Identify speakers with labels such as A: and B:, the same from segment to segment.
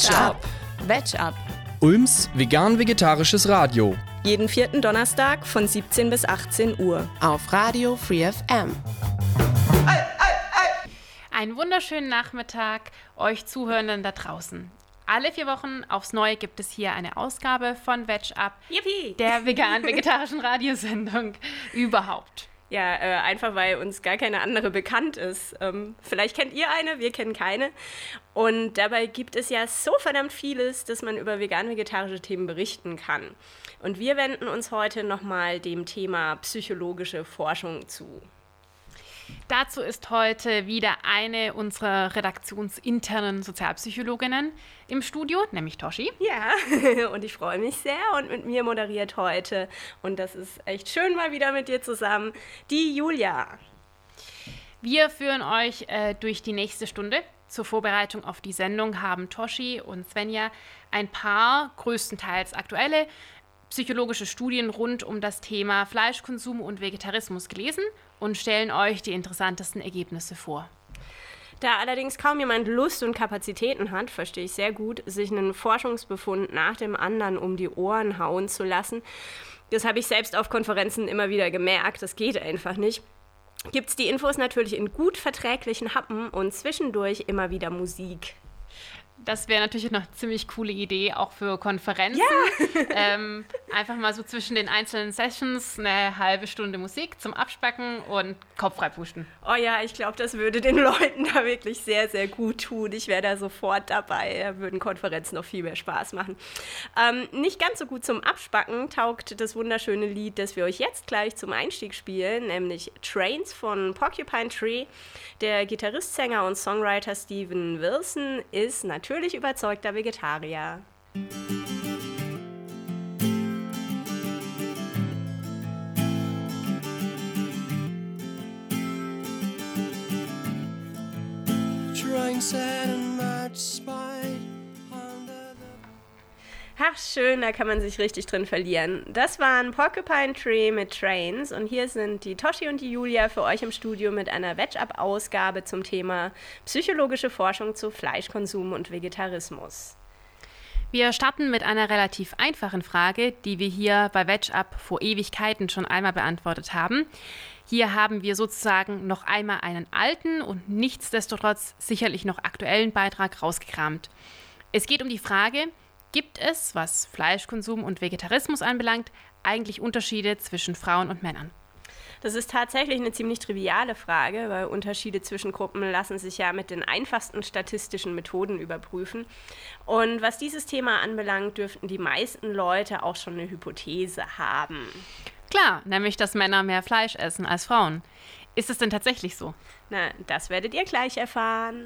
A: Veg Up.
B: Veg Up.
A: Ulms vegan-vegetarisches Radio.
C: Jeden 4. Donnerstag von 17 bis 18 Uhr.
B: Auf Radio Free FM.
D: Einen wunderschönen Nachmittag euch Zuhörenden da draußen. Alle 4 Wochen aufs Neue gibt es hier eine Ausgabe von Veg Up,
C: Yippie.
D: der vegan-vegetarischen Radiosendung überhaupt.
C: Ja, einfach weil uns gar keine andere bekannt ist. Vielleicht kennt ihr eine, wir kennen keine. Und dabei gibt es ja so verdammt vieles, dass man über vegan-vegetarische Themen berichten kann. Und wir wenden uns heute nochmal dem Thema psychologische Forschung zu.
D: Dazu ist heute wieder eine unserer redaktionsinternen Sozialpsychologinnen im Studio, nämlich Toshi.
C: Ja, und ich freue mich sehr und mit mir moderiert heute, und das ist echt schön mal wieder mit dir zusammen, die Julia.
D: Wir führen euch durch die nächste Stunde. Zur Vorbereitung auf die Sendung haben Toshi und Svenja ein paar größtenteils aktuelle psychologische Studien rund um das Thema Fleischkonsum und Vegetarismus gelesen und stellen euch die interessantesten Ergebnisse vor.
C: Da allerdings kaum jemand Lust und Kapazitäten hat, verstehe ich sehr gut, sich einen Forschungsbefund nach dem anderen um die Ohren hauen zu lassen. Das habe ich selbst auf Konferenzen immer wieder gemerkt, das geht einfach nicht. Gibt es die Infos natürlich in gut verträglichen Happen und zwischendurch immer wieder Musik.
D: Das wäre natürlich noch eine ziemlich coole Idee, auch für Konferenzen. Ja. Einfach mal so zwischen den einzelnen Sessions eine halbe Stunde Musik zum Abspacken und Kopf frei pusten.
C: Oh ja, ich glaube, das würde den Leuten da wirklich sehr, sehr gut tun. Ich wäre da sofort dabei. Da würden Konferenzen noch viel mehr Spaß machen. Nicht ganz so gut zum Abspacken taugt das wunderschöne Lied, das wir euch jetzt gleich zum Einstieg spielen, nämlich Trains von Porcupine Tree. Der Gitarrist, Sänger und Songwriter Steven Wilson ist natürlich überzeugter Vegetarier. Ach, schön, da kann man sich richtig drin verlieren. Das waren Porcupine Tree mit Trains und hier sind die Toshi und die Julia für euch im Studio mit einer Veg-Up-Ausgabe zum Thema psychologische Forschung zu Fleischkonsum und Vegetarismus.
D: Wir starten mit einer relativ einfachen Frage, die wir hier bei Veg-Up vor Ewigkeiten schon einmal beantwortet haben. Hier haben wir sozusagen noch einmal einen alten und nichtsdestotrotz sicherlich noch aktuellen Beitrag rausgekramt. Es geht um die Frage: Gibt es, was Fleischkonsum und Vegetarismus anbelangt, eigentlich Unterschiede zwischen Frauen und Männern?
C: Das ist tatsächlich eine ziemlich triviale Frage, weil Unterschiede zwischen Gruppen lassen sich ja mit den einfachsten statistischen Methoden überprüfen. Und was dieses Thema anbelangt, dürften die meisten Leute auch schon eine Hypothese haben.
D: Klar, nämlich, dass Männer mehr Fleisch essen als Frauen. Ist es denn tatsächlich so?
C: Na, das werdet ihr gleich erfahren.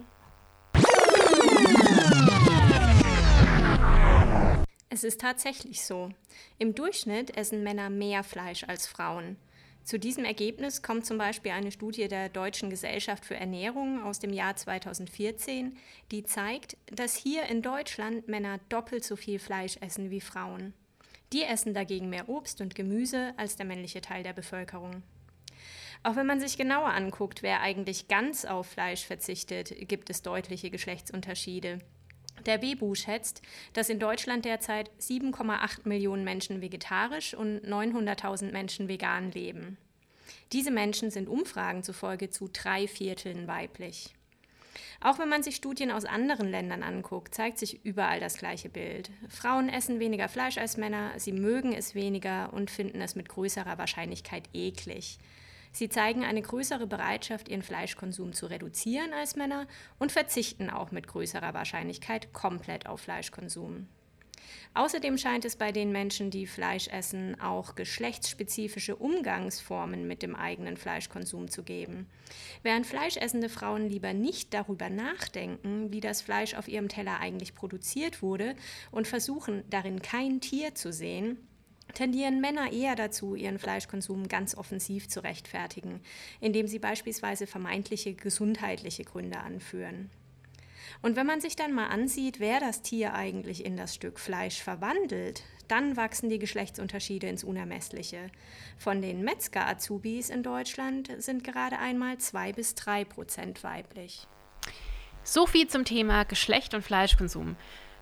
C: Es ist tatsächlich so. Im Durchschnitt essen Männer mehr Fleisch als Frauen. Zu diesem Ergebnis kommt zum Beispiel eine Studie der Deutschen Gesellschaft für Ernährung aus dem Jahr 2014, die zeigt, dass hier in Deutschland Männer doppelt so viel Fleisch essen wie Frauen. Die essen dagegen mehr Obst und Gemüse als der männliche Teil der Bevölkerung. Auch wenn man sich genauer anguckt, wer eigentlich ganz auf Fleisch verzichtet, gibt es deutliche Geschlechtsunterschiede. Der WBU schätzt, dass in Deutschland derzeit 7,8 Millionen Menschen vegetarisch und 900.000 Menschen vegan leben. Diese Menschen sind Umfragen zufolge zu 3/4 weiblich. Auch wenn man sich Studien aus anderen Ländern anguckt, zeigt sich überall das gleiche Bild. Frauen essen weniger Fleisch als Männer, sie mögen es weniger und finden es mit größerer Wahrscheinlichkeit eklig. Sie zeigen eine größere Bereitschaft, ihren Fleischkonsum zu reduzieren als Männer und verzichten auch mit größerer Wahrscheinlichkeit komplett auf Fleischkonsum. Außerdem scheint es bei den Menschen, die Fleisch essen, auch geschlechtsspezifische Umgangsformen mit dem eigenen Fleischkonsum zu geben. Während fleischessende Frauen lieber nicht darüber nachdenken, wie das Fleisch auf ihrem Teller eigentlich produziert wurde und versuchen, darin kein Tier zu sehen, tendieren Männer eher dazu, ihren Fleischkonsum ganz offensiv zu rechtfertigen, indem sie beispielsweise vermeintliche gesundheitliche Gründe anführen. Und wenn man sich dann mal ansieht, wer das Tier eigentlich in das Stück Fleisch verwandelt, dann wachsen die Geschlechtsunterschiede ins Unermessliche. Von den Metzger-Azubis in Deutschland sind gerade einmal 2-3% weiblich.
D: So viel zum Thema Geschlecht und Fleischkonsum.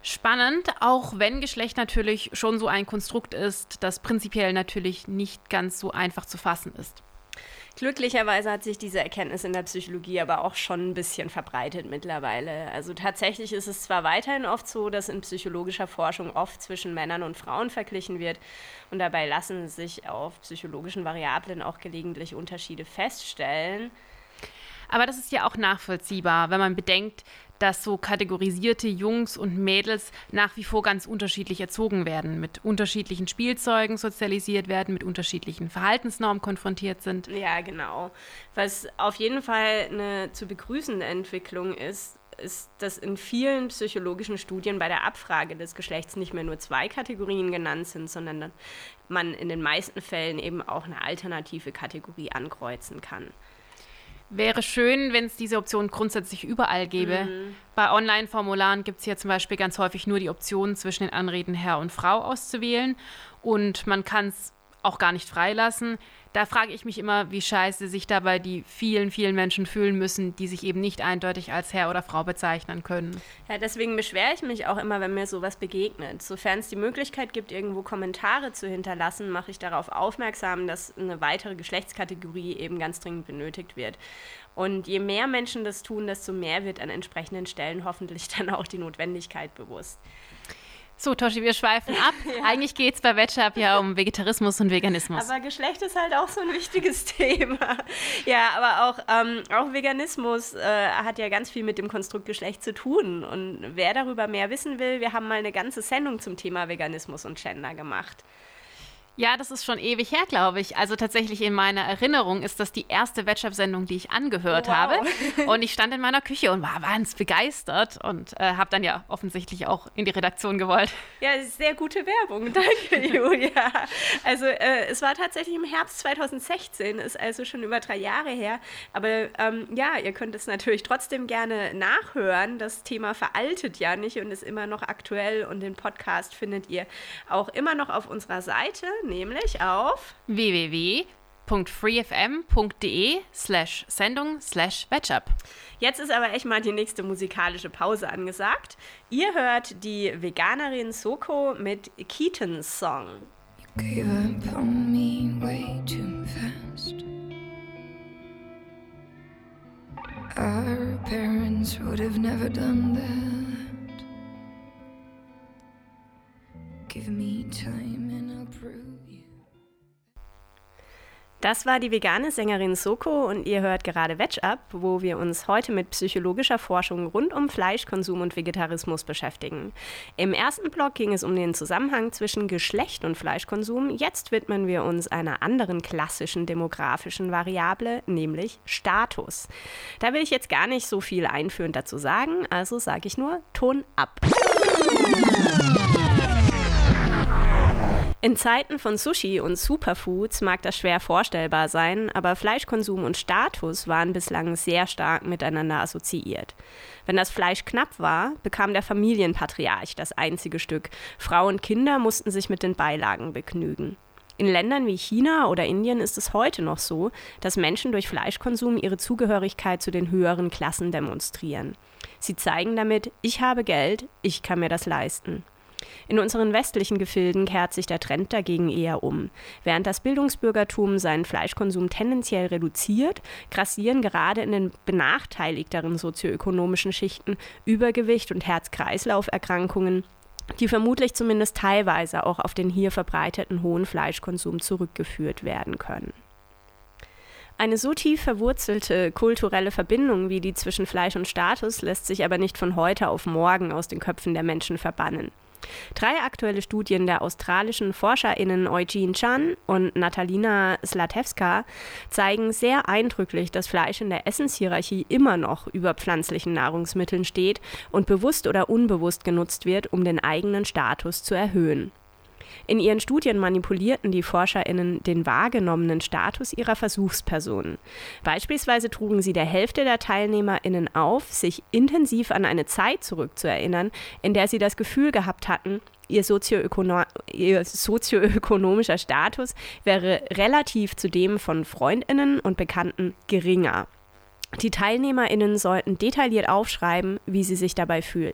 D: Spannend, auch wenn Geschlecht natürlich schon so ein Konstrukt ist, das prinzipiell natürlich nicht ganz so einfach zu fassen ist.
C: Glücklicherweise hat sich diese Erkenntnis in der Psychologie aber auch schon ein bisschen verbreitet mittlerweile. Also tatsächlich ist es zwar weiterhin oft so, dass in psychologischer Forschung oft zwischen Männern und Frauen verglichen wird und dabei lassen sich auf psychologischen Variablen auch gelegentlich Unterschiede feststellen.
D: Aber das ist ja auch nachvollziehbar, wenn man bedenkt, dass so kategorisierte Jungs und Mädels nach wie vor ganz unterschiedlich erzogen werden, mit unterschiedlichen Spielzeugen sozialisiert werden, mit unterschiedlichen Verhaltensnormen konfrontiert sind.
C: Ja, genau. Was auf jeden Fall eine zu begrüßende Entwicklung ist, dass in vielen psychologischen Studien bei der Abfrage des Geschlechts nicht mehr nur 2 Kategorien genannt sind, sondern man in den meisten Fällen eben auch eine alternative Kategorie ankreuzen kann.
D: Wäre schön, wenn es diese Option grundsätzlich überall gäbe. Bei Online-Formularen gibt es hier zum Beispiel ganz häufig nur die Option, zwischen den Anreden Herr und Frau auszuwählen. Und man kann es auch gar nicht freilassen. Da frage ich mich immer, wie scheiße sich dabei die vielen, vielen Menschen fühlen müssen, die sich eben nicht eindeutig als Herr oder Frau bezeichnen können.
C: Ja, deswegen beschwere ich mich auch immer, wenn mir sowas begegnet. Sofern es die Möglichkeit gibt, irgendwo Kommentare zu hinterlassen, mache ich darauf aufmerksam, dass eine weitere Geschlechtskategorie eben ganz dringend benötigt wird. Und je mehr Menschen das tun, desto mehr wird an entsprechenden Stellen hoffentlich dann auch die Notwendigkeit bewusst.
D: So, Toshi, wir schweifen ab. Ja. Eigentlich geht es bei VegUp ja um Vegetarismus und Veganismus.
C: Aber Geschlecht ist halt auch so ein wichtiges Thema. Ja, aber auch Veganismus hat ja ganz viel mit dem Konstrukt Geschlecht zu tun. Und wer darüber mehr wissen will, wir haben mal eine ganze Sendung zum Thema Veganismus und Gender gemacht.
D: Ja, das ist schon ewig her, glaube ich. Also tatsächlich in meiner Erinnerung ist das die erste VegUp-Sendung, die ich angehört habe. Und ich stand in meiner Küche und war ganz begeistert und habe dann ja offensichtlich auch in die Redaktion gewollt.
C: Ja, sehr gute Werbung. Danke, Julia. Also es war tatsächlich im Herbst 2016, ist also schon über 3 Jahre her. Aber ja, ihr könnt es natürlich trotzdem gerne nachhören. Das Thema veraltet ja nicht und ist immer noch aktuell. Und den Podcast findet ihr auch immer noch auf unserer Seite, nämlich auf
D: www.freefm.de/sendung/VegUp.
C: Jetzt ist aber echt mal die nächste musikalische Pause angesagt. Ihr hört die Veganerin Soko mit Keaton's Song.
E: You gave up on me way too fast. Our parents would have never done that. Give me time and I'll prove you.
C: Das war die vegane Sängerin Soko und ihr hört gerade VegUp, wo wir uns heute mit psychologischer Forschung rund um Fleischkonsum und Vegetarismus beschäftigen. Im ersten Block ging es um den Zusammenhang zwischen Geschlecht und Fleischkonsum. Jetzt widmen wir uns einer anderen klassischen demografischen Variable, nämlich Status. Da will ich jetzt gar nicht so viel einführend dazu sagen, also sage ich nur Ton ab. In Zeiten von Sushi und Superfoods mag das schwer vorstellbar sein, aber Fleischkonsum und Status waren bislang sehr stark miteinander assoziiert. Wenn das Fleisch knapp war, bekam der Familienpatriarch das einzige Stück. Frauen und Kinder mussten sich mit den Beilagen begnügen. In Ländern wie China oder Indien ist es heute noch so, dass Menschen durch Fleischkonsum ihre Zugehörigkeit zu den höheren Klassen demonstrieren. Sie zeigen damit, ich habe Geld, ich kann mir das leisten. In unseren westlichen Gefilden kehrt sich der Trend dagegen eher um. Während das Bildungsbürgertum seinen Fleischkonsum tendenziell reduziert, grassieren gerade in den benachteiligteren sozioökonomischen Schichten Übergewicht und Herz-Kreislauf-Erkrankungen, die vermutlich zumindest teilweise auch auf den hier verbreiteten hohen Fleischkonsum zurückgeführt werden können. Eine so tief verwurzelte kulturelle Verbindung wie die zwischen Fleisch und Status lässt sich aber nicht von heute auf morgen aus den Köpfen der Menschen verbannen. 3 aktuelle Studien der australischen ForscherInnen Eugene Chan und Natalina Zlatewska zeigen sehr eindrücklich, dass Fleisch in der Essenshierarchie immer noch über pflanzlichen Nahrungsmitteln steht und bewusst oder unbewusst genutzt wird, um den eigenen Status zu erhöhen. In ihren Studien manipulierten die ForscherInnen den wahrgenommenen Status ihrer Versuchspersonen. Beispielsweise trugen sie der Hälfte der TeilnehmerInnen auf, sich intensiv an eine Zeit zurückzuerinnern, in der sie das Gefühl gehabt hatten, ihr sozioökonomischer Status wäre relativ zu dem von FreundInnen und Bekannten geringer. Die TeilnehmerInnen sollten detailliert aufschreiben, wie sie sich dabei fühlten.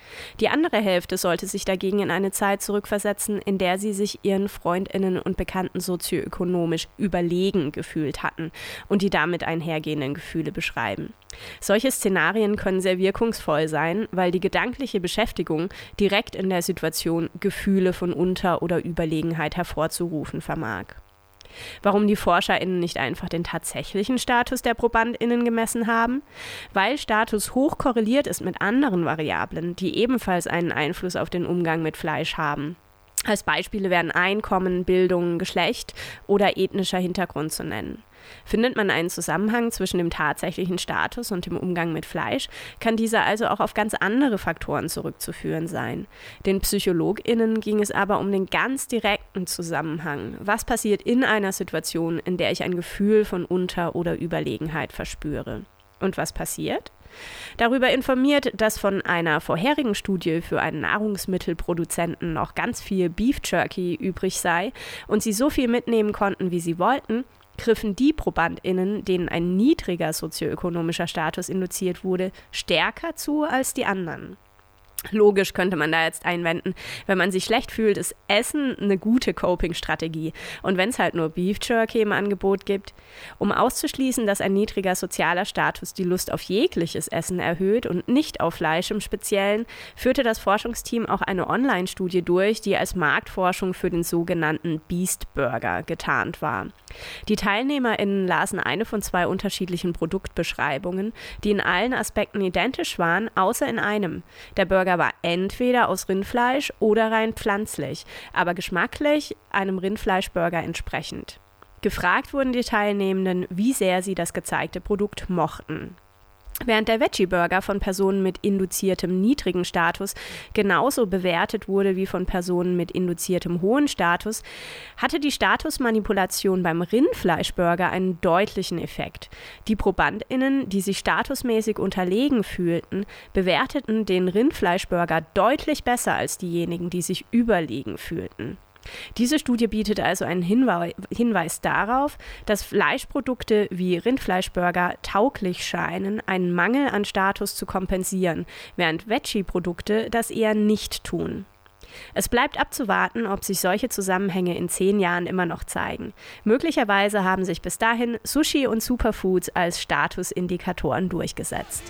F: Die andere Hälfte sollte sich dagegen in eine Zeit zurückversetzen, in der sie sich ihren FreundInnen und Bekannten sozioökonomisch überlegen gefühlt hatten und die damit einhergehenden Gefühle beschreiben. Solche Szenarien können sehr wirkungsvoll sein, weil die gedankliche Beschäftigung direkt in der Situation Gefühle von Unter- oder Überlegenheit hervorzurufen vermag. Warum die ForscherInnen nicht einfach den tatsächlichen Status der ProbandInnen gemessen haben? Weil Status hoch korreliert ist mit anderen Variablen, die ebenfalls einen Einfluss auf den Umgang mit Fleisch haben. Als Beispiele werden Einkommen, Bildung, Geschlecht oder ethnischer Hintergrund zu nennen. Findet man einen Zusammenhang zwischen dem tatsächlichen Status und dem Umgang mit Fleisch, kann dieser also auch auf ganz andere Faktoren zurückzuführen sein. Den PsychologInnen ging es aber um den ganz direkten Zusammenhang. Was passiert in einer Situation, in der ich ein Gefühl von Unter- oder Überlegenheit verspüre? Und was passiert? Darüber informiert, dass von einer vorherigen Studie für einen Nahrungsmittelproduzenten noch ganz viel Beef Jerky übrig sei und sie so viel mitnehmen konnten, wie sie wollten, griffen die ProbandInnen, denen ein niedriger sozioökonomischer Status induziert wurde, stärker zu als die anderen. Logisch könnte man da jetzt einwenden, wenn man sich schlecht fühlt, ist Essen eine gute Coping-Strategie. Und wenn es halt nur Beef Jerky im Angebot gibt, um auszuschließen, dass ein niedriger sozialer Status die Lust auf jegliches Essen erhöht und nicht auf Fleisch im Speziellen, führte das Forschungsteam auch eine Online-Studie durch, die als Marktforschung für den sogenannten Beast Burger getarnt war. Die TeilnehmerInnen lasen eine von 2 unterschiedlichen Produktbeschreibungen, die in allen Aspekten identisch waren, außer in einem. Der Burger war entweder aus Rindfleisch oder rein pflanzlich, aber geschmacklich einem Rindfleischburger entsprechend. Gefragt wurden die Teilnehmenden, wie sehr sie das gezeigte Produkt mochten. Während der Veggie-Burger von Personen mit induziertem niedrigen Status genauso bewertet wurde wie von Personen mit induziertem hohen Status, hatte die Statusmanipulation beim Rindfleischburger einen deutlichen Effekt. Die ProbandInnen, die sich statusmäßig unterlegen fühlten, bewerteten den Rindfleischburger deutlich besser als diejenigen, die sich überlegen fühlten. Diese Studie bietet also einen Hinweis darauf, dass Fleischprodukte wie Rindfleischburger tauglich scheinen, einen Mangel an Status zu kompensieren, während Veggie-Produkte das eher nicht tun. Es bleibt abzuwarten, ob sich solche Zusammenhänge in 10 Jahren immer noch zeigen. Möglicherweise haben sich bis dahin Sushi und Superfoods als Statusindikatoren durchgesetzt.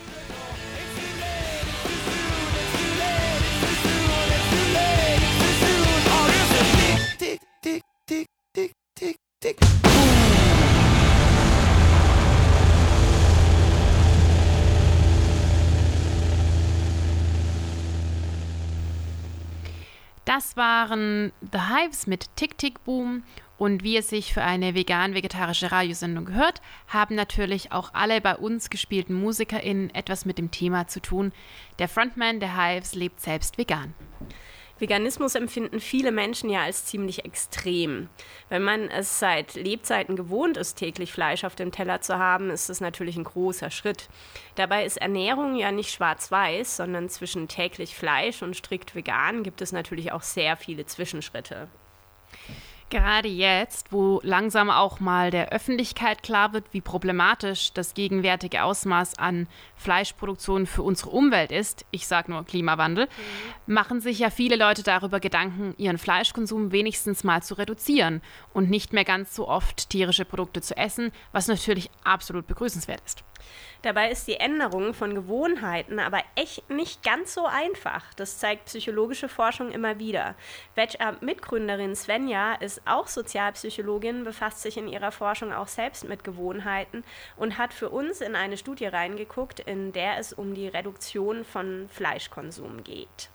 D: Das waren The Hives mit Tick Tick Boom und wie es sich für eine vegan-vegetarische Radiosendung gehört, haben natürlich auch alle bei uns gespielten MusikerInnen etwas mit dem Thema zu tun. Der Frontman der Hives lebt selbst vegan.
F: Veganismus empfinden viele Menschen ja als ziemlich extrem. Wenn man es seit Lebzeiten gewohnt ist, täglich Fleisch auf dem Teller zu haben, ist es natürlich ein großer Schritt. Dabei ist Ernährung ja nicht schwarz-weiß, sondern zwischen täglich Fleisch und strikt vegan gibt es natürlich auch sehr viele Zwischenschritte.
D: Gerade jetzt, wo langsam auch mal der Öffentlichkeit klar wird, wie problematisch das gegenwärtige Ausmaß an Fleischproduktion für unsere Umwelt ist, ich sage nur Klimawandel, machen sich ja viele Leute darüber Gedanken, ihren Fleischkonsum wenigstens mal zu reduzieren und nicht mehr ganz so oft tierische Produkte zu essen, was natürlich absolut begrüßenswert ist.
F: Dabei ist die Änderung von Gewohnheiten aber echt nicht ganz so einfach. Das zeigt psychologische Forschung immer wieder. Veg-Up-Mitgründerin Svenja ist auch Sozialpsychologin, befasst sich in ihrer Forschung auch selbst mit Gewohnheiten und hat für uns in eine Studie reingeguckt, in der es um die Reduktion von Fleischkonsum geht.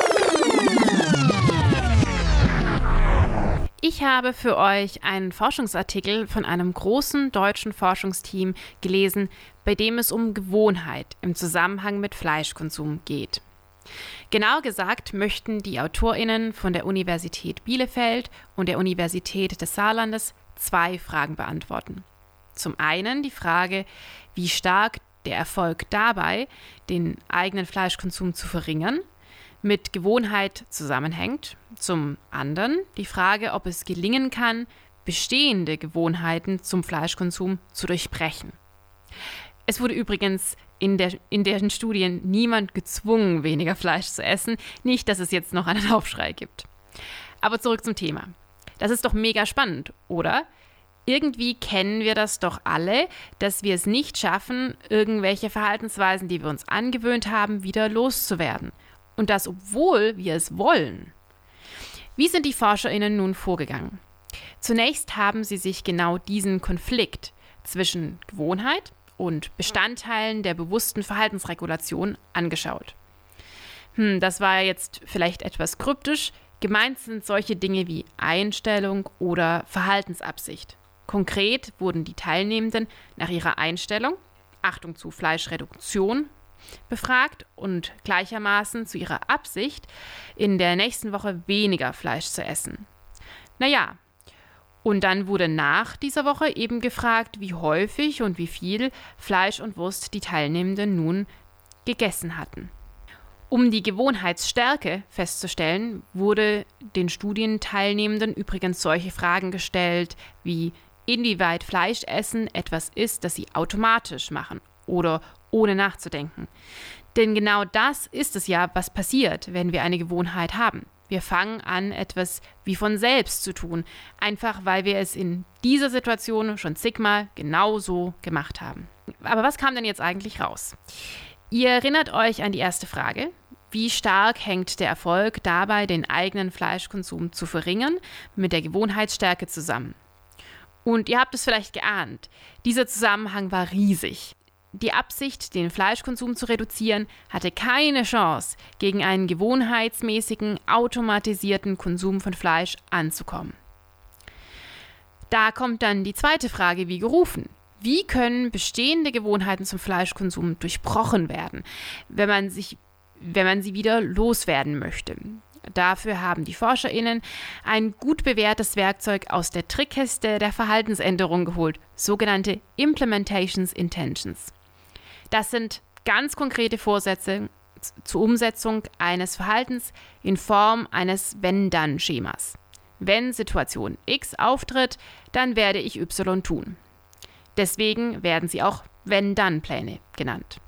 D: Ich habe für euch einen Forschungsartikel von einem großen deutschen Forschungsteam gelesen, bei dem es um Gewohnheit im Zusammenhang mit Fleischkonsum geht. Genauer gesagt möchten die AutorInnen von der Universität Bielefeld und der Universität des Saarlandes 2 Fragen beantworten. Zum einen die Frage, wie stark der Erfolg dabei, den eigenen Fleischkonsum zu verringern, mit Gewohnheit zusammenhängt. Zum anderen die Frage, ob es gelingen kann, bestehende Gewohnheiten zum Fleischkonsum zu durchbrechen. Es wurde übrigens in den Studien niemand gezwungen, weniger Fleisch zu essen. Nicht, dass es jetzt noch einen Aufschrei gibt. Aber zurück zum Thema. Das ist doch mega spannend, oder? Irgendwie kennen wir das doch alle, dass wir es nicht schaffen, irgendwelche Verhaltensweisen, die wir uns angewöhnt haben, wieder loszuwerden. Und das, obwohl wir es wollen. Wie sind die ForscherInnen nun vorgegangen? Zunächst haben sie sich genau diesen Konflikt zwischen Gewohnheit und Bestandteilen der bewussten Verhaltensregulation angeschaut. Das war jetzt vielleicht etwas kryptisch. Gemeint sind solche Dinge wie Einstellung oder Verhaltensabsicht. Konkret wurden die Teilnehmenden nach ihrer Einstellung, Achtung zu Fleischreduktion, befragt und gleichermaßen zu ihrer Absicht, in der nächsten Woche weniger Fleisch zu essen. Naja, und dann wurde nach dieser Woche eben gefragt, wie häufig und wie viel Fleisch und Wurst die Teilnehmenden nun gegessen hatten. Um die Gewohnheitsstärke festzustellen, wurde den Studienteilnehmenden übrigens solche Fragen gestellt wie: Inwieweit Fleischessen etwas ist, das sie automatisch machen oder ohne nachzudenken. Denn genau das ist es ja, was passiert, wenn wir eine Gewohnheit haben. Wir fangen an, etwas wie von selbst zu tun, einfach weil wir es in dieser Situation schon zigmal genau so gemacht haben. Aber was kam denn jetzt eigentlich raus? Ihr erinnert euch an die erste Frage. Wie stark hängt der Erfolg dabei, den eigenen Fleischkonsum zu verringern, mit der Gewohnheitsstärke zusammen? Und ihr habt es vielleicht geahnt, dieser Zusammenhang war riesig. Die Absicht, den Fleischkonsum zu reduzieren, hatte keine Chance, gegen einen gewohnheitsmäßigen, automatisierten Konsum von Fleisch anzukommen. Da kommt dann die zweite Frage wie gerufen. Wie können bestehende Gewohnheiten zum Fleischkonsum durchbrochen werden, wenn man sie wieder loswerden möchte? Dafür haben die ForscherInnen ein gut bewährtes Werkzeug aus der Trickkiste der Verhaltensänderung geholt, sogenannte Implementations Intentions. Das sind ganz konkrete Vorsätze zur Umsetzung eines Verhaltens in Form eines Wenn-Dann-Schemas. Wenn Situation X auftritt, dann werde ich Y tun. Deswegen werden sie auch Wenn-Dann-Pläne genannt.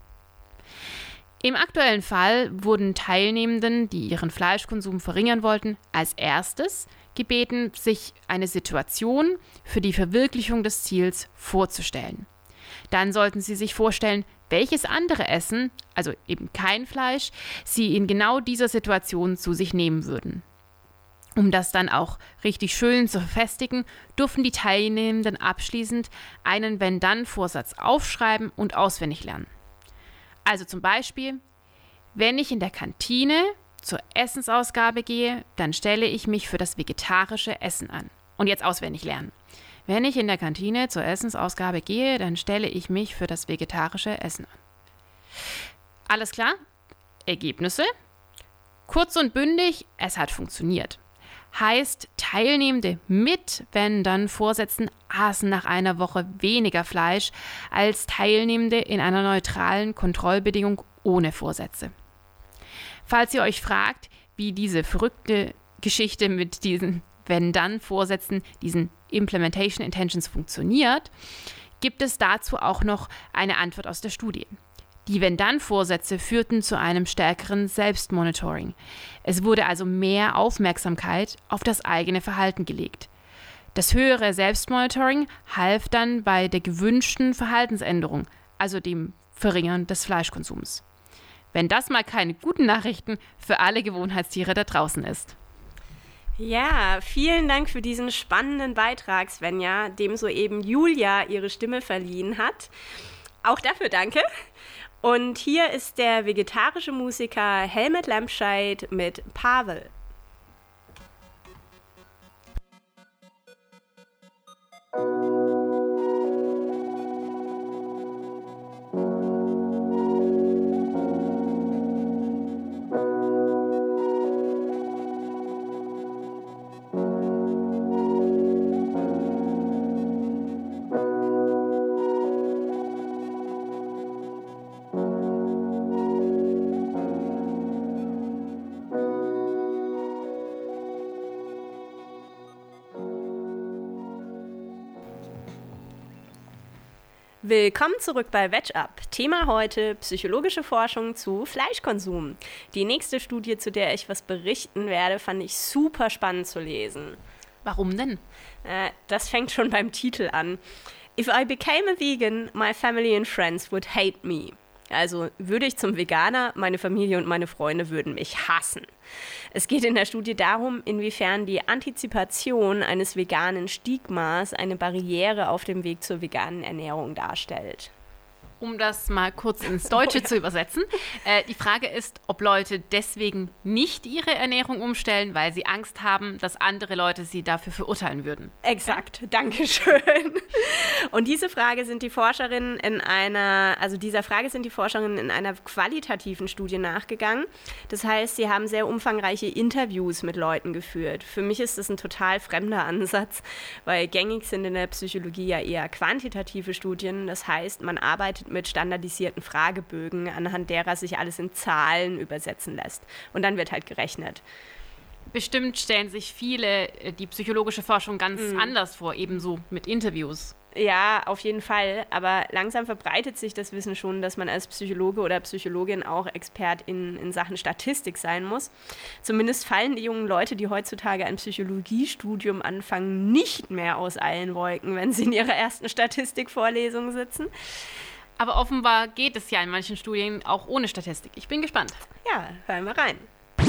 D: Im aktuellen Fall wurden Teilnehmenden, die ihren Fleischkonsum verringern wollten, als erstes gebeten, sich eine Situation für die Verwirklichung des Ziels vorzustellen. Dann sollten sie sich vorstellen, welches andere Essen, also eben kein Fleisch, sie in genau dieser Situation zu sich nehmen würden. Um das dann auch richtig schön zu verfestigen, durften die Teilnehmenden abschließend einen Wenn-Dann-Vorsatz aufschreiben und auswendig lernen. Also zum Beispiel, wenn ich in der Kantine zur Essensausgabe gehe, dann stelle ich mich für das vegetarische Essen an. Und jetzt auswendig lernen. Wenn ich in der Kantine zur Essensausgabe gehe, dann stelle ich mich für das vegetarische Essen an. Alles klar? Ergebnisse? Kurz und bündig, es hat funktioniert. Heißt, Teilnehmende mit Wenn-Dann-Vorsätzen aßen nach einer Woche weniger Fleisch als Teilnehmende in einer neutralen Kontrollbedingung ohne Vorsätze. Falls ihr euch fragt, wie diese verrückte Geschichte mit diesen Wenn-Dann-Vorsätzen, diesen Implementation Intentions funktioniert, gibt es dazu auch noch eine Antwort aus der Studie. Die Wenn-Dann-Vorsätze führten zu einem stärkeren Selbstmonitoring. Es wurde also mehr Aufmerksamkeit auf das eigene Verhalten gelegt. Das höhere Selbstmonitoring half dann bei der gewünschten Verhaltensänderung, also dem Verringern des Fleischkonsums. Wenn das mal keine guten Nachrichten für alle Gewohnheitstiere da draußen ist.
F: Ja, vielen Dank für diesen spannenden Beitrag, Svenja, dem soeben Julia ihre Stimme verliehen hat. Auch dafür danke. Und hier ist der vegetarische Musiker Helmut Lampscheid mit Pavel. Willkommen zurück bei Veg Up. Thema heute: psychologische Forschung zu Fleischkonsum. Die nächste Studie, zu der ich was berichten werde, fand ich super spannend zu lesen.
D: Warum denn?
F: Das fängt schon beim Titel an. If I became a vegan, my family and friends would hate me. Also würde ich zum Veganer, meine Familie und meine Freunde würden mich hassen. Es geht in der Studie darum, inwiefern die Antizipation eines veganen Stigmas eine Barriere auf dem Weg zur veganen Ernährung darstellt.
D: Um das mal kurz ins Deutsche zu übersetzen. Die Frage ist, ob Leute deswegen nicht ihre Ernährung umstellen, weil sie Angst haben, dass andere Leute sie dafür verurteilen würden.
F: Exakt, danke schön. Und dieser Frage sind die Forscherinnen in einer qualitativen Studie nachgegangen. Das heißt, sie haben sehr umfangreiche Interviews mit Leuten geführt. Für mich ist das ein total fremder Ansatz, weil gängig sind in der Psychologie ja eher quantitative Studien. Das heißt, man arbeitet mit standardisierten Fragebögen, anhand derer sich alles in Zahlen übersetzen lässt. Und dann wird halt gerechnet.
D: Bestimmt stellen sich viele die psychologische Forschung ganz anders vor, ebenso mit Interviews.
F: Ja, auf jeden Fall. Aber langsam verbreitet sich das Wissen schon, dass man als Psychologe oder Psychologin auch Expert in Sachen Statistik sein muss. Zumindest fallen die jungen Leute, die heutzutage ein Psychologiestudium anfangen, nicht mehr aus allen Wolken, wenn sie in ihrer ersten Statistikvorlesung sitzen.
D: Aber offenbar geht es ja in manchen Studien auch ohne Statistik. Ich bin gespannt.
F: Ja, hören wir rein.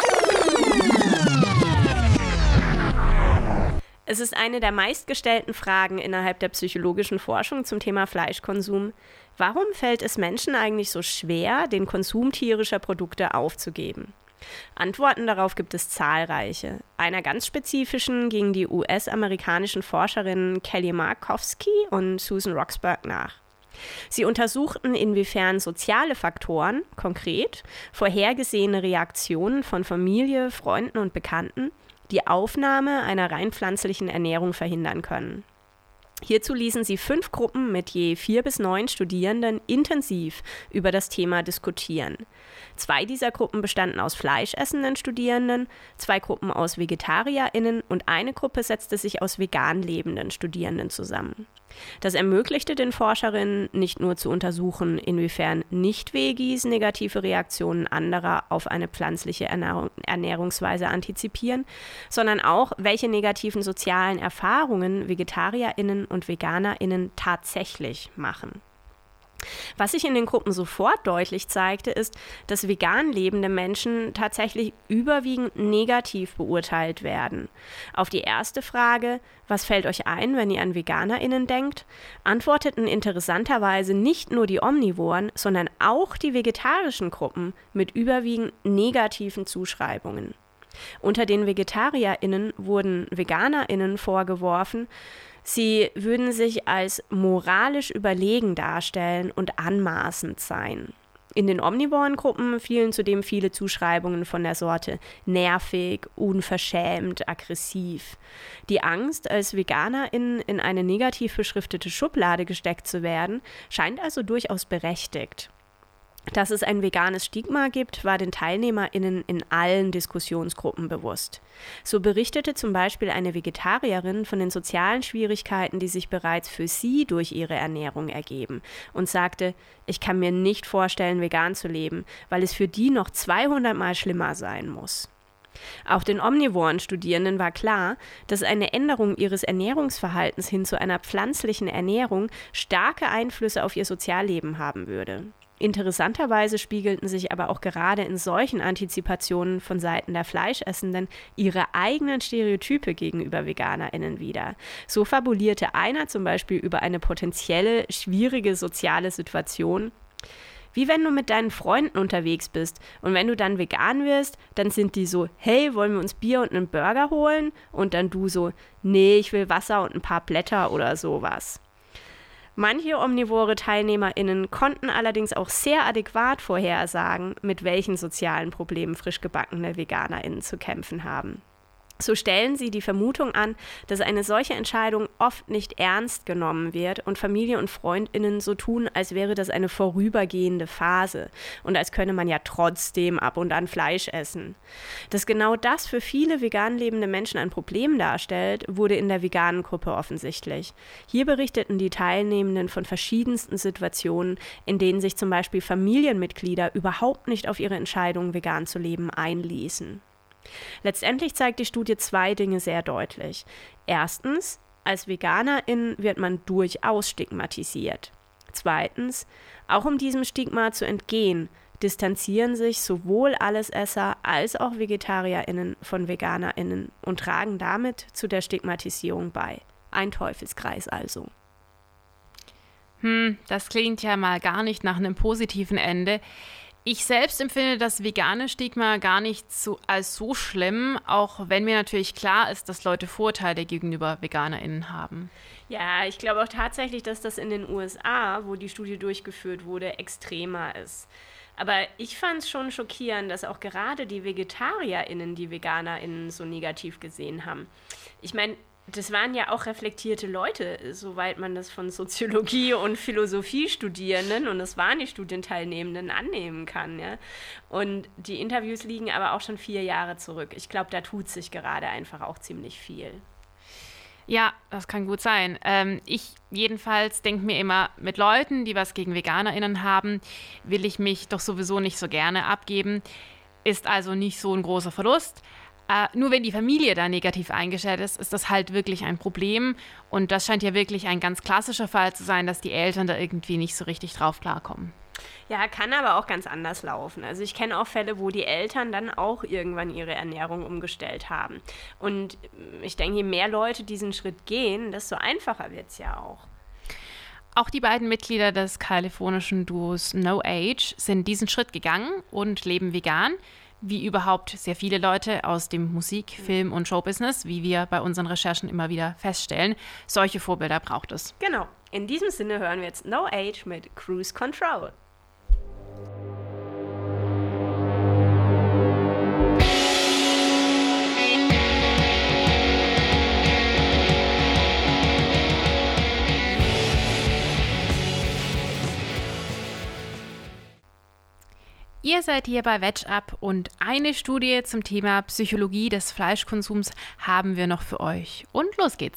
F: Es ist eine der meistgestellten Fragen innerhalb der psychologischen Forschung zum Thema Fleischkonsum. Warum fällt es Menschen eigentlich so schwer, den Konsum tierischer Produkte aufzugeben? Antworten darauf gibt es zahlreiche. Einer ganz spezifischen gingen die US-amerikanischen Forscherinnen Kelly Markowski und Susan Roxburgh nach. Sie untersuchten, inwiefern soziale Faktoren, konkret vorhergesehene Reaktionen von Familie, Freunden und Bekannten, die Aufnahme einer rein pflanzlichen Ernährung verhindern können. Hierzu ließen sie 5 Gruppen mit je 4 bis 9 Studierenden intensiv über das Thema diskutieren. 2 dieser Gruppen bestanden aus fleischessenden Studierenden, 2 Gruppen aus VegetarierInnen und eine Gruppe setzte sich aus vegan lebenden Studierenden zusammen. Das ermöglichte den Forscherinnen nicht nur zu untersuchen, inwiefern Nicht-Vegis negative Reaktionen anderer auf eine pflanzliche Ernährungsweise antizipieren, sondern auch, welche negativen sozialen Erfahrungen VegetarierInnen und VeganerInnen tatsächlich machen. Was sich in den Gruppen sofort deutlich zeigte, ist, dass vegan lebende Menschen tatsächlich überwiegend negativ beurteilt werden. Auf die erste Frage, was fällt euch ein, wenn ihr an VeganerInnen denkt, antworteten interessanterweise nicht nur die Omnivoren, sondern auch die vegetarischen Gruppen mit überwiegend negativen Zuschreibungen. Unter den VegetarierInnen wurden VeganerInnen vorgeworfen, sie würden sich als moralisch überlegen darstellen und anmaßend sein. In den omnivoren Gruppen fielen zudem viele Zuschreibungen von der Sorte nervig, unverschämt, aggressiv. Die Angst, als VeganerInnen in eine negativ beschriftete Schublade gesteckt zu werden, scheint also durchaus berechtigt. Dass es ein veganes Stigma gibt, war den TeilnehmerInnen in allen Diskussionsgruppen bewusst. So berichtete zum Beispiel eine Vegetarierin von den sozialen Schwierigkeiten, die sich bereits für sie durch ihre Ernährung ergeben und sagte, ich kann mir nicht vorstellen, vegan zu leben, weil es für die noch 200 Mal schlimmer sein muss. Auch den omnivoren Studierenden war klar, dass eine Änderung ihres Ernährungsverhaltens hin zu einer pflanzlichen Ernährung starke Einflüsse auf ihr Sozialleben haben würde. Interessanterweise spiegelten sich aber auch gerade in solchen Antizipationen von Seiten der Fleischessenden ihre eigenen Stereotype gegenüber VeganerInnen wider. So fabulierte einer zum Beispiel über eine potenzielle schwierige soziale Situation, wie wenn du mit deinen Freunden unterwegs bist und wenn du dann vegan wirst, dann sind die so, hey, wollen wir uns Bier und einen Burger holen? Und dann du so, nee, ich will Wasser und ein paar Blätter oder sowas. Manche omnivore TeilnehmerInnen konnten allerdings auch sehr adäquat vorhersagen, mit welchen sozialen Problemen frisch gebackene VeganerInnen zu kämpfen haben. So stellen sie die Vermutung an, dass eine solche Entscheidung oft nicht ernst genommen wird und Familie und FreundInnen so tun, als wäre das eine vorübergehende Phase und als könne man ja trotzdem ab und an Fleisch essen. Dass genau das für viele vegan lebende Menschen ein Problem darstellt, wurde in der veganen Gruppe offensichtlich. Hier berichteten die Teilnehmenden von verschiedensten Situationen, in denen sich zum Beispiel Familienmitglieder überhaupt nicht auf ihre Entscheidung, vegan zu leben, einließen. Letztendlich zeigt die Studie 2 Dinge sehr deutlich. Erstens, als Veganerin wird man durchaus stigmatisiert. Zweitens, auch um diesem Stigma zu entgehen, distanzieren sich sowohl Allesesser als auch VegetarierInnen von VeganerInnen und tragen damit zu der Stigmatisierung bei. Ein Teufelskreis also.
D: Das klingt ja mal gar nicht nach einem positiven Ende. Ich selbst empfinde das vegane Stigma gar nicht als so schlimm, auch wenn mir natürlich klar ist, dass Leute Vorteile gegenüber VeganerInnen haben.
F: Ja, ich glaube auch tatsächlich, dass das in den USA, wo die Studie durchgeführt wurde, extremer ist. Aber ich fand es schon schockierend, dass auch gerade die VegetarierInnen die VeganerInnen so negativ gesehen haben. Ich meine, das waren ja auch reflektierte Leute, soweit man das von Soziologie und Philosophie-Studierenden, und das waren die Studienteilnehmenden, annehmen kann. Ja? Und die Interviews liegen aber auch schon 4 Jahre zurück. Ich glaube, da tut sich gerade einfach auch ziemlich viel.
D: Ja, das kann gut sein. Ich jedenfalls denke mir immer, mit Leuten, die was gegen VeganerInnen haben, will ich mich doch sowieso nicht so gerne abgeben. Ist also nicht so ein großer Verlust. Nur wenn die Familie da negativ eingestellt ist, ist das halt wirklich ein Problem. Und das scheint ja wirklich ein ganz klassischer Fall zu sein, dass die Eltern da irgendwie nicht so richtig drauf klarkommen.
F: Ja, kann aber auch ganz anders laufen. Also ich kenne auch Fälle, wo die Eltern dann auch irgendwann ihre Ernährung umgestellt haben. Und ich denke, je mehr Leute diesen Schritt gehen, desto einfacher wird es ja auch.
D: Auch die beiden Mitglieder des kalifornischen Duos No Age sind diesen Schritt gegangen und leben vegan. Wie überhaupt sehr viele Leute aus dem Musik-, Film- und Showbusiness, wie wir bei unseren Recherchen immer wieder feststellen. Solche Vorbilder braucht es.
F: Genau. In diesem Sinne hören wir jetzt No Age mit Cruise Control.
D: Ihr seid hier bei Veg Up und eine Studie zum Thema Psychologie des Fleischkonsums haben wir noch für euch. Und los geht's!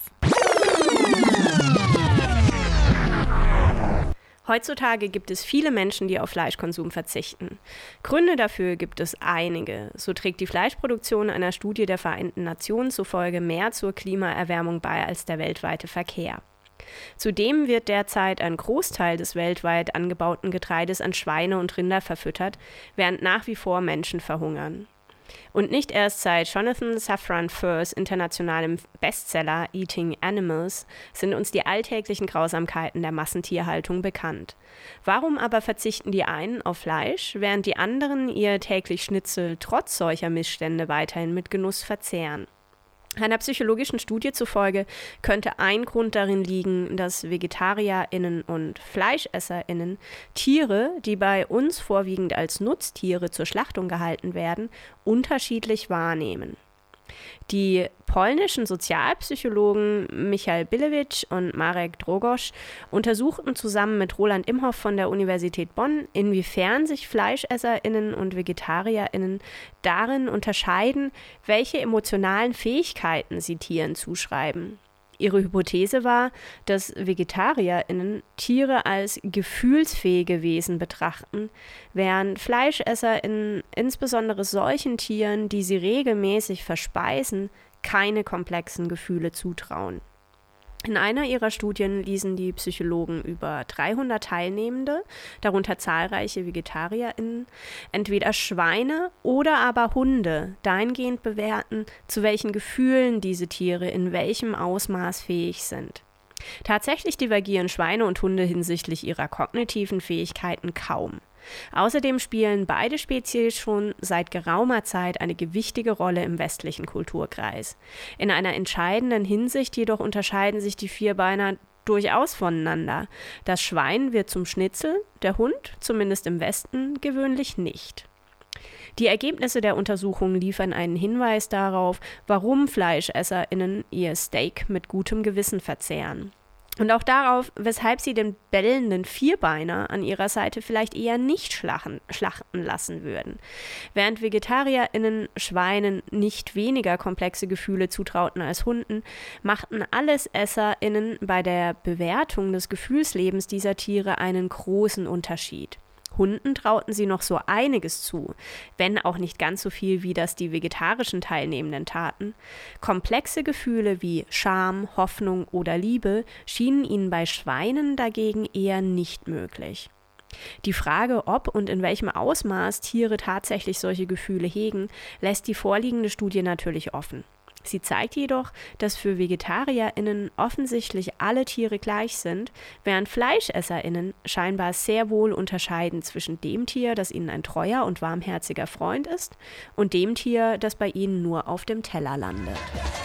F: Heutzutage gibt es viele Menschen, die auf Fleischkonsum verzichten. Gründe dafür gibt es einige. So trägt die Fleischproduktion einer Studie der Vereinten Nationen zufolge mehr zur Klimaerwärmung bei als der weltweite Verkehr. Zudem wird derzeit ein Großteil des weltweit angebauten Getreides an Schweine und Rinder verfüttert, während nach wie vor Menschen verhungern. Und nicht erst seit Jonathan Safran Foers internationalem Bestseller Eating Animals sind uns die alltäglichen Grausamkeiten der Massentierhaltung bekannt. Warum aber verzichten die einen auf Fleisch, während die anderen ihr täglich Schnitzel trotz solcher Missstände weiterhin mit Genuss verzehren? Einer psychologischen Studie zufolge könnte ein Grund darin liegen, dass VegetarierInnen und FleischesserInnen Tiere, die bei uns vorwiegend als Nutztiere zur Schlachtung gehalten werden, unterschiedlich wahrnehmen. Die polnischen Sozialpsychologen Michal Bilewicz und Marek Drogosz untersuchten zusammen mit Roland Imhoff von der Universität Bonn, inwiefern sich FleischesserInnen und VegetarierInnen darin unterscheiden, welche emotionalen Fähigkeiten sie Tieren zuschreiben. Ihre Hypothese war, dass VegetarierInnen Tiere als gefühlsfähige Wesen betrachten, während FleischesserInnen insbesondere solchen Tieren, die sie regelmäßig verspeisen, keine komplexen Gefühle zutrauen. In einer ihrer Studien ließen die Psychologen über 300 Teilnehmende, darunter zahlreiche VegetarierInnen, entweder Schweine oder aber Hunde dahingehend bewerten, zu welchen Gefühlen diese Tiere in welchem Ausmaß fähig sind. Tatsächlich divergieren Schweine und Hunde hinsichtlich ihrer kognitiven Fähigkeiten kaum. Außerdem spielen beide Spezies schon seit geraumer Zeit eine gewichtige Rolle im westlichen Kulturkreis. In einer entscheidenden Hinsicht jedoch unterscheiden sich die Vierbeiner durchaus voneinander. Das Schwein wird zum Schnitzel, der Hund, zumindest im Westen, gewöhnlich nicht. Die Ergebnisse der Untersuchung liefern einen Hinweis darauf, warum FleischesserInnen ihr Steak mit gutem Gewissen verzehren. Und auch darauf, weshalb sie den bellenden Vierbeiner an ihrer Seite vielleicht eher nicht schlachten lassen würden. Während VegetarierInnen Schweinen nicht weniger komplexe Gefühle zutrauten als Hunden, machten AllesesserInnen bei der Bewertung des Gefühlslebens dieser Tiere einen großen Unterschied. Hunden trauten sie noch so einiges zu, wenn auch nicht ganz so viel, wie das die vegetarischen Teilnehmenden taten. Komplexe Gefühle wie Scham, Hoffnung oder Liebe schienen ihnen bei Schweinen dagegen eher nicht möglich. Die Frage, ob und in welchem Ausmaß Tiere tatsächlich solche Gefühle hegen, lässt die vorliegende Studie natürlich offen. Sie zeigt jedoch, dass für VegetarierInnen offensichtlich alle Tiere gleich sind, während FleischesserInnen scheinbar sehr wohl unterscheiden zwischen dem Tier, das ihnen ein treuer und warmherziger Freund ist, und dem Tier, das bei ihnen nur auf dem Teller landet.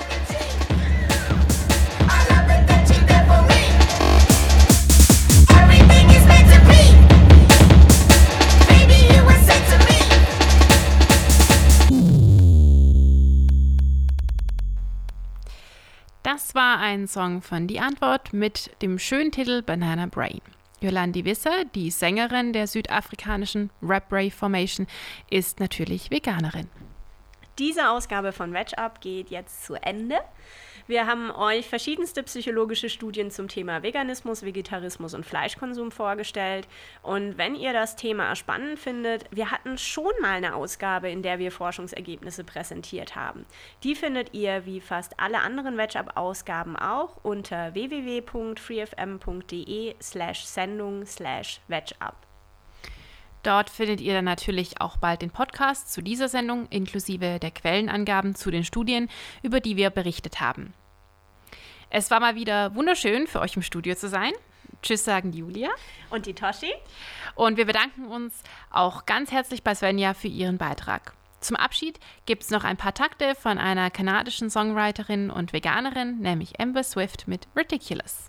D: Das war ein Song von Die Antwort mit dem schönen Titel Banana Brain. Yolandi Visser, die Sängerin der südafrikanischen Rap Ray Formation, ist natürlich Veganerin.
F: Diese Ausgabe von Veg Up geht jetzt zu Ende. Wir haben euch verschiedenste psychologische Studien zum Thema Veganismus, Vegetarismus und Fleischkonsum vorgestellt. Und wenn ihr das Thema spannend findet, wir hatten schon mal eine Ausgabe, in der wir Forschungsergebnisse präsentiert haben. Die findet ihr wie fast alle anderen Veg Up-Ausgaben auch unter www.freefm.de/sendung/VegUp.
D: Dort findet ihr dann natürlich auch bald den Podcast zu dieser Sendung inklusive der Quellenangaben zu den Studien, über die wir berichtet haben. Es war mal wieder wunderschön, für euch im Studio zu sein. Tschüss sagen Julia
F: und die Toshi.
D: Und wir bedanken uns auch ganz herzlich bei Svenja für ihren Beitrag. Zum Abschied gibt es noch ein paar Takte von einer kanadischen Songwriterin und Veganerin, nämlich Amber Swift mit Ridiculous.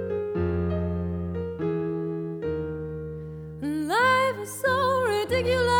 E: Life is so ridiculous.